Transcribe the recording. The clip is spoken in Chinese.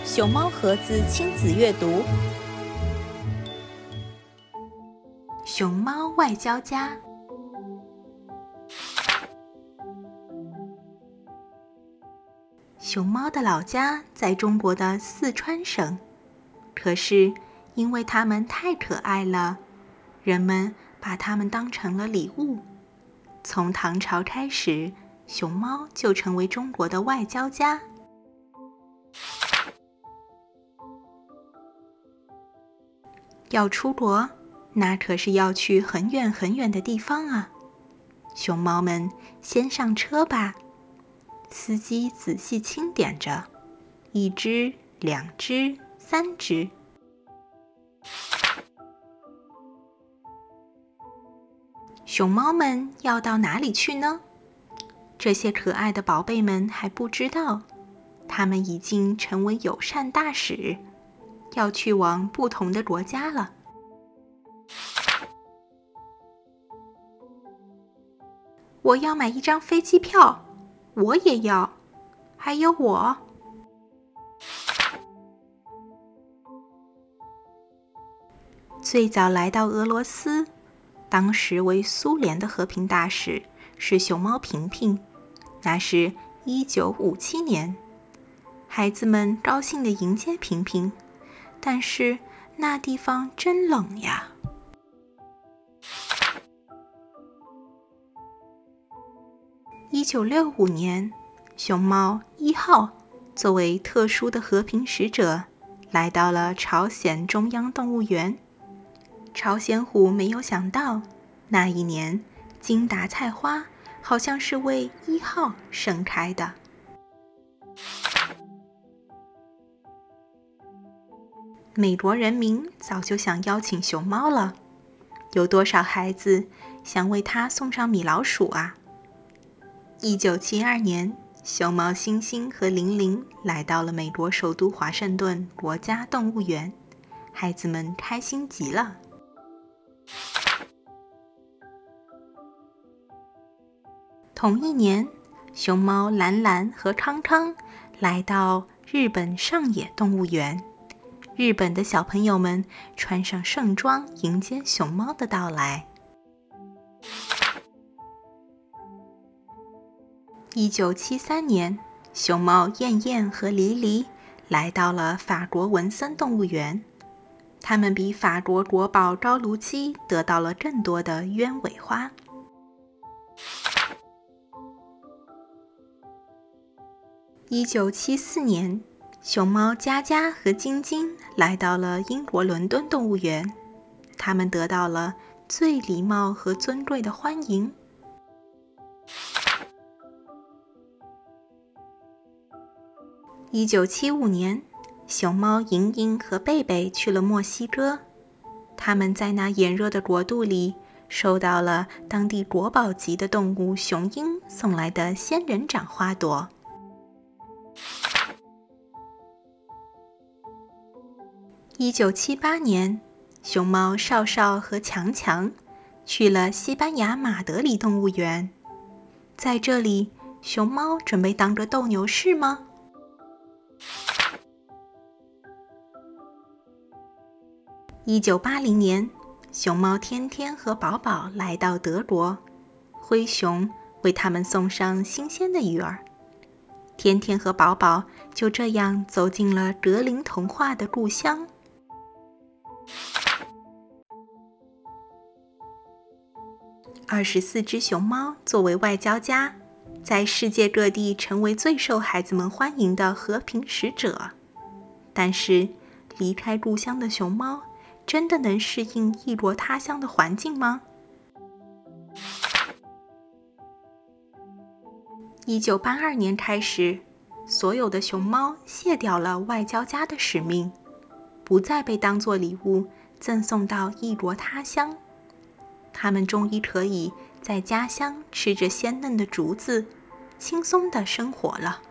熊猫盒子亲子阅读。熊猫外交家。熊猫的老家在中国的四川省，可是因为它们太可爱了，人们把它们当成了礼物。从唐朝开始，熊猫就成为中国的外交家。要出国，那可是要去很远很远的地方啊！熊猫们先上车吧。司机仔细清点着，1只、2只、3只。熊猫们要到哪里去呢？这些可爱的宝贝们还不知道，它们已经成为友善大使，要去往不同的国家了。我要买一张飞机票，我也要，还有我。最早来到俄罗斯，当时为苏联的和平大使是熊猫平平，那是1957年。孩子们高兴地迎接平平，但是那地方真冷呀。1965年，熊猫1号作为特殊的和平使者，来到了朝鲜中央动物园。朝鲜虎没有想到，那一年金达菜花好像是为1号盛开的。美国人民早就想邀请熊猫了，有多少孩子想为它送上米老鼠啊？1972年，熊猫星星和玲玲来到了美国首都华盛顿国家动物园，孩子们开心极了。同一年，熊猫兰兰和康康来到日本上野动物园，日本的小朋友们穿上盛装迎接熊猫的到来。1973年，熊猫燕燕和黎黎来到了法国文森动物园，他们比法国国宝高卢基得到了更多的鸢尾花。1974年，熊猫佳佳和晶晶来到了英国伦敦动物园，他们得到了最礼貌和尊贵的欢迎。1975年，熊猫莹莹和贝贝去了墨西哥，他们在那炎热的国度里收到了当地国宝级的动物雄鹰送来的仙人掌花朵。1978年，熊猫少少和强强去了西班牙马德里动物园，在这里，熊猫准备当个斗牛士吗？1980年，熊猫天天和宝宝来到德国，灰熊为他们送上新鲜的鱼儿。天天和宝宝就这样走进了格林童话的故乡。24只熊猫作为外交家，在世界各地成为最受孩子们欢迎的和平使者。但是，离开故乡的熊猫真的能适应异国他乡的环境吗？1982年开始，所有的熊猫卸掉了外交家的使命，不再被当作礼物赠送到异国他乡。它们终于可以在家乡吃着鲜嫩的竹子，轻松地生活了。